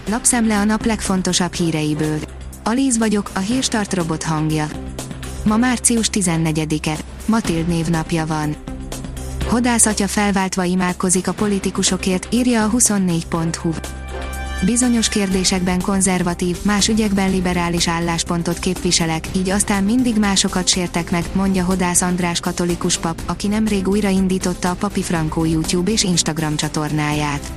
Lapszemle a nap legfontosabb híreiből. Alíz vagyok, a Hírstart robot hangja. Ma március 14-e. Matild névnapja van. Hodászatya felváltva imádkozik a politikusokért, írja a 24.hu. Bizonyos kérdésekben konzervatív, más ügyekben liberális álláspontot képviselek, így aztán mindig másokat sértek meg, mondja Hodász András katolikus pap, aki nemrég újraindította a Papi Frankó YouTube és Instagram csatornáját.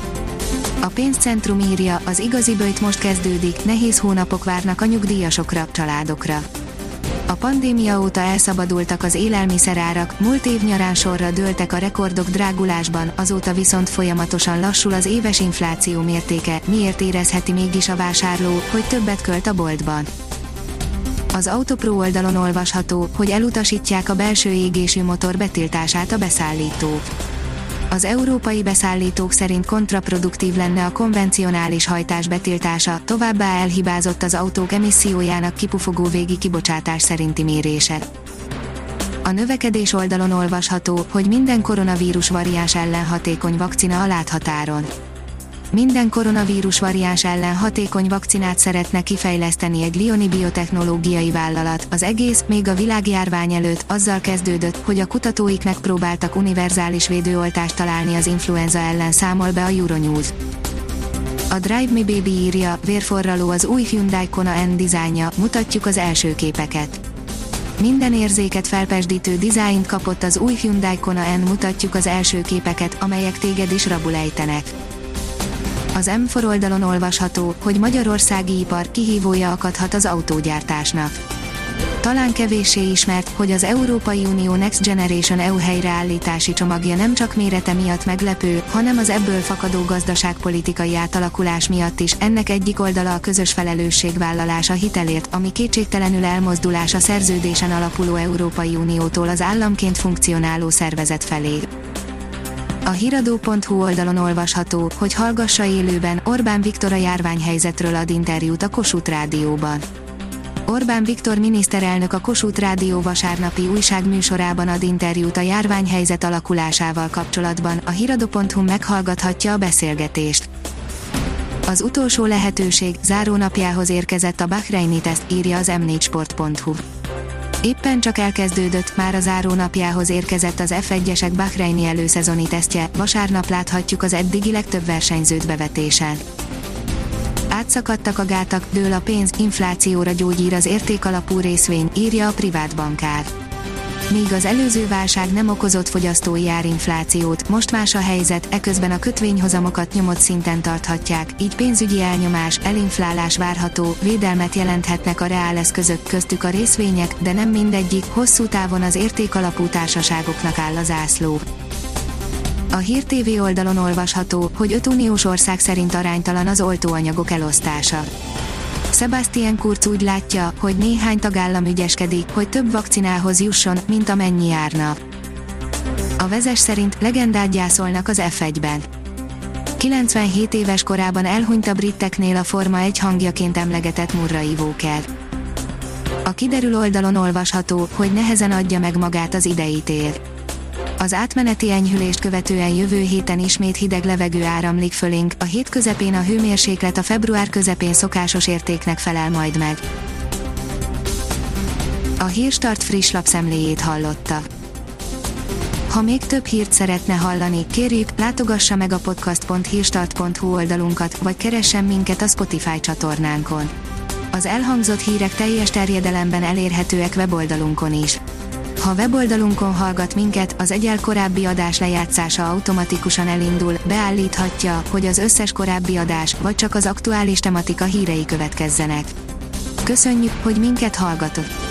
A Pénzcentrum írja, az igazi böjt most kezdődik, nehéz hónapok várnak a nyugdíjasokra, családokra. A pandémia óta elszabadultak az élelmiszerárak, múlt év nyarán sorra dőltek a rekordok drágulásban, azóta viszont folyamatosan lassul az éves infláció mértéke, miért érezheti mégis a vásárló, hogy többet költ a boltban. Az Autopro oldalon olvasható, hogy elutasítják a belső égésű motor betiltását a beszállítók. Az európai beszállítók szerint kontraproduktív lenne a konvencionális hajtás betiltása, továbbá elhibázott az autók emissziójának kipufogó végi kibocsátás szerinti mérése. A növekedés oldalon olvasható, hogy minden koronavírus variáns ellen hatékony vakcina a láthatáron. Minden koronavírus variáns ellen hatékony vakcinát szeretne kifejleszteni egy lyoni biotechnológiai vállalat. Az egész, még a világjárvány előtt, azzal kezdődött, hogy a kutatóik megpróbáltak univerzális védőoltást találni az influenza ellen, számol be a Euronews. A Drive Me Baby írja, vérforraló az új Hyundai Kona N dizájnja, mutatjuk az első képeket. Minden érzéket felpezsdítő dizájnt kapott az új Hyundai Kona N, mutatjuk az első képeket, amelyek téged is rabul ejtenek. Az M4 oldalon olvasható, hogy magyarországi ipar kihívója akadhat az autógyártásnak. Talán kevéssé ismert, hogy az Európai Unió Next Generation EU helyreállítási csomagja nem csak mérete miatt meglepő, hanem az ebből fakadó gazdaságpolitikai átalakulás miatt is. Ennek egyik oldala a közös felelősségvállalás a hitelért, ami kétségtelenül elmozdulás a szerződésen alapuló Európai Uniótól az államként funkcionáló szervezet felé. A hiradó.hu oldalon olvasható, hogy hallgassa élőben, Orbán Viktor a járványhelyzetről ad interjút a Kossuth Rádióban. Orbán Viktor miniszterelnök a Kossuth Rádió vasárnapi újságműsorában ad interjút a járványhelyzet alakulásával kapcsolatban, a hiradó.hu meghallgathatja a beszélgetést. Az utolsó lehetőség, zárónapjához érkezett a bahreini teszt, írja az m4sport.hu. Éppen csak elkezdődött, már a zárónapjához érkezett az F1-esek bahreini előszezoni tesztje, vasárnap láthatjuk az eddigi legtöbb versenyzőt bevetésen. Átszakadtak a gátak, dől a pénz, inflációra gyógyír az értékalapú részvény, írja a privát bankár. Míg az előző válság nem okozott fogyasztói árinflációt, most más a helyzet, eközben a kötvényhozamokat nyomott szinten tarthatják, így pénzügyi elnyomás, elinflálás várható, védelmet jelenthetnek a reáleszközök, köztük a részvények, de nem mindegyik, hosszú távon az értékalapú társaságoknak áll a zászló. A Hír TV oldalon olvasható, hogy 5 uniós ország szerint aránytalan az oltóanyagok elosztása. Sebastian Kurz úgy látja, hogy néhány tagállam ügyeskedik, hogy több vakcinához jusson, mint amennyi járna. A Vezes szerint legendát gyászolnak az F1-ben. 97 éves korában elhunyt a briteknél a Forma 1 hangjaként emlegetett Murray Walker. A Kiderül oldalon olvasható, hogy nehezen adja meg magát az idei tél. Az átmeneti enyhülést követően jövő héten ismét hideg levegő áramlik fölénk, a hét közepén a hőmérséklet a február közepén szokásos értéknek felel majd meg. A Hírstart friss lapszemléjét hallotta. Ha még több hírt szeretne hallani, kérjük, látogassa meg a podcast.hírstart.hu oldalunkat, vagy keressen minket a Spotify csatornánkon. Az elhangzott hírek teljes terjedelemben elérhetőek weboldalunkon is. Ha weboldalunkon hallgat minket, az egyel korábbi adás lejátszása automatikusan elindul, beállíthatja, hogy az összes korábbi adás, vagy csak az aktuális tematika hírei következzenek. Köszönjük, hogy minket hallgatott!